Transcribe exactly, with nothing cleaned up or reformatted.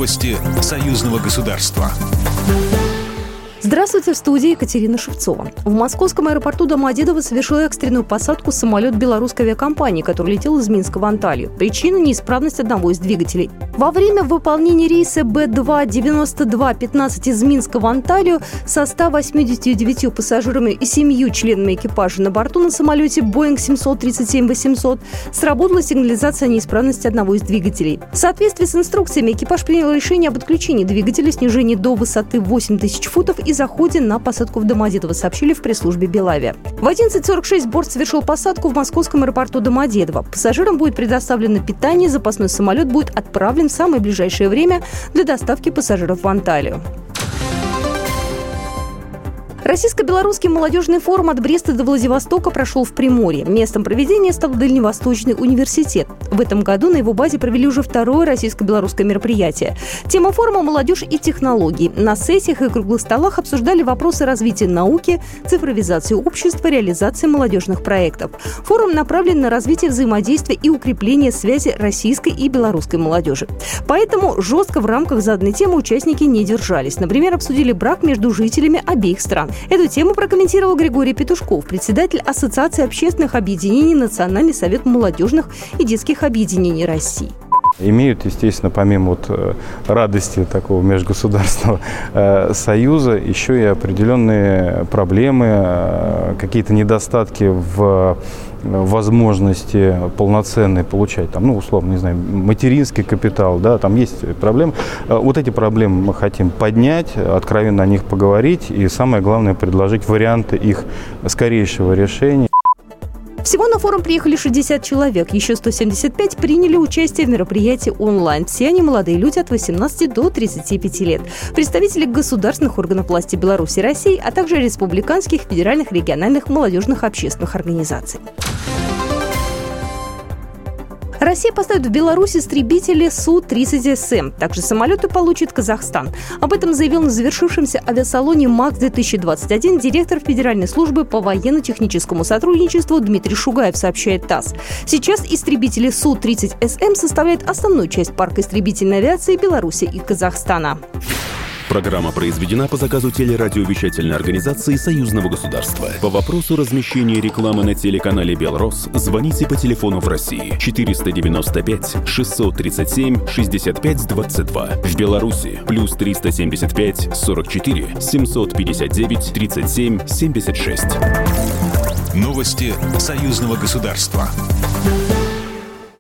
Новости союзного государства. Здравствуйте, в студии Екатерина Шевцова. В московском аэропорту Домодедово совершил экстренную посадку самолет белорусской авиакомпании, который летел из Минска в Анталию. Причина – неисправность одного из двигателей. Во время выполнения рейса бэ два девяносто два пятнадцать из Минска в Анталию со ста восьмидесятью девятью пассажирами и семью членами экипажа на борту на самолете Боинг семьсот тридцать семь восемьсот сработала сигнализация неисправности одного из двигателей. В соответствии с инструкциями экипаж принял решение об отключении двигателя, снижении до высоты восемь тысяч футов и заходе на посадку в Домодедово, сообщили в пресс-службе Белавиа. В одиннадцать сорок шесть борт совершил посадку в московском аэропорту Домодедово. Пассажирам будет предоставлено питание, запасной самолет будет отправлен в самое ближайшее время для доставки пассажиров в Анталию. Российско-белорусский молодежный форум от Бреста до Владивостока прошел в Приморье. Местом проведения стал Дальневосточный университет. В этом году на его базе провели уже второе российско-белорусское мероприятие. Тема форума «Молодежь и технологии». На сессиях и круглых столах обсуждали вопросы развития науки, цифровизации общества, реализации молодежных проектов. Форум направлен на развитие взаимодействия и укрепление связи российской и белорусской молодежи. Поэтому жестко в рамках заданной темы участники не держались. Например, обсудили брак между жителями обеих стран. Эту тему прокомментировал Григорий Петушков, председатель Ассоциации общественных объединений «Национальный совет молодежных и детских объединений России». Имеют, естественно, помимо вот радости такого межгосударственного э, союза, еще и определенные проблемы, э, какие-то недостатки в возможности полноценной получать, там, ну, условно, не знаю, материнский капитал, да, там есть проблемы. Вот эти проблемы мы хотим поднять, откровенно о них поговорить и, самое главное, предложить варианты их скорейшего решения. Всего на форум приехали шестьдесят человек, еще сто семьдесят пять приняли участие в мероприятии онлайн. Все они молодые люди от восемнадцати до тридцати пяти лет. Представители государственных органов власти Беларуси и России, а также республиканских, федеральных, региональных молодежных общественных организаций. Россия поставит в Беларусь истребители Су тридцать эс эм. Также самолеты получит Казахстан. Об этом заявил на завершившемся авиасалоне МАКС-две тысячи двадцать один директор Федеральной службы по военно-техническому сотрудничеству Дмитрий Шугаев, сообщает ТАСС. Сейчас истребители Су тридцать эс эм составляют основную часть парка истребительной авиации Беларуси и Казахстана. Программа произведена по заказу телерадиовещательной организации Союзного государства. По вопросу размещения рекламы на телеканале «Белрос» звоните по телефону в России четыреста девяносто пять шестьсот тридцать семь шестьдесят пять двадцать два. В Беларуси плюс триста семьдесят пять сорок четыре семьсот пятьдесят девять тридцать семь семьдесят шесть. Новости союзного государства.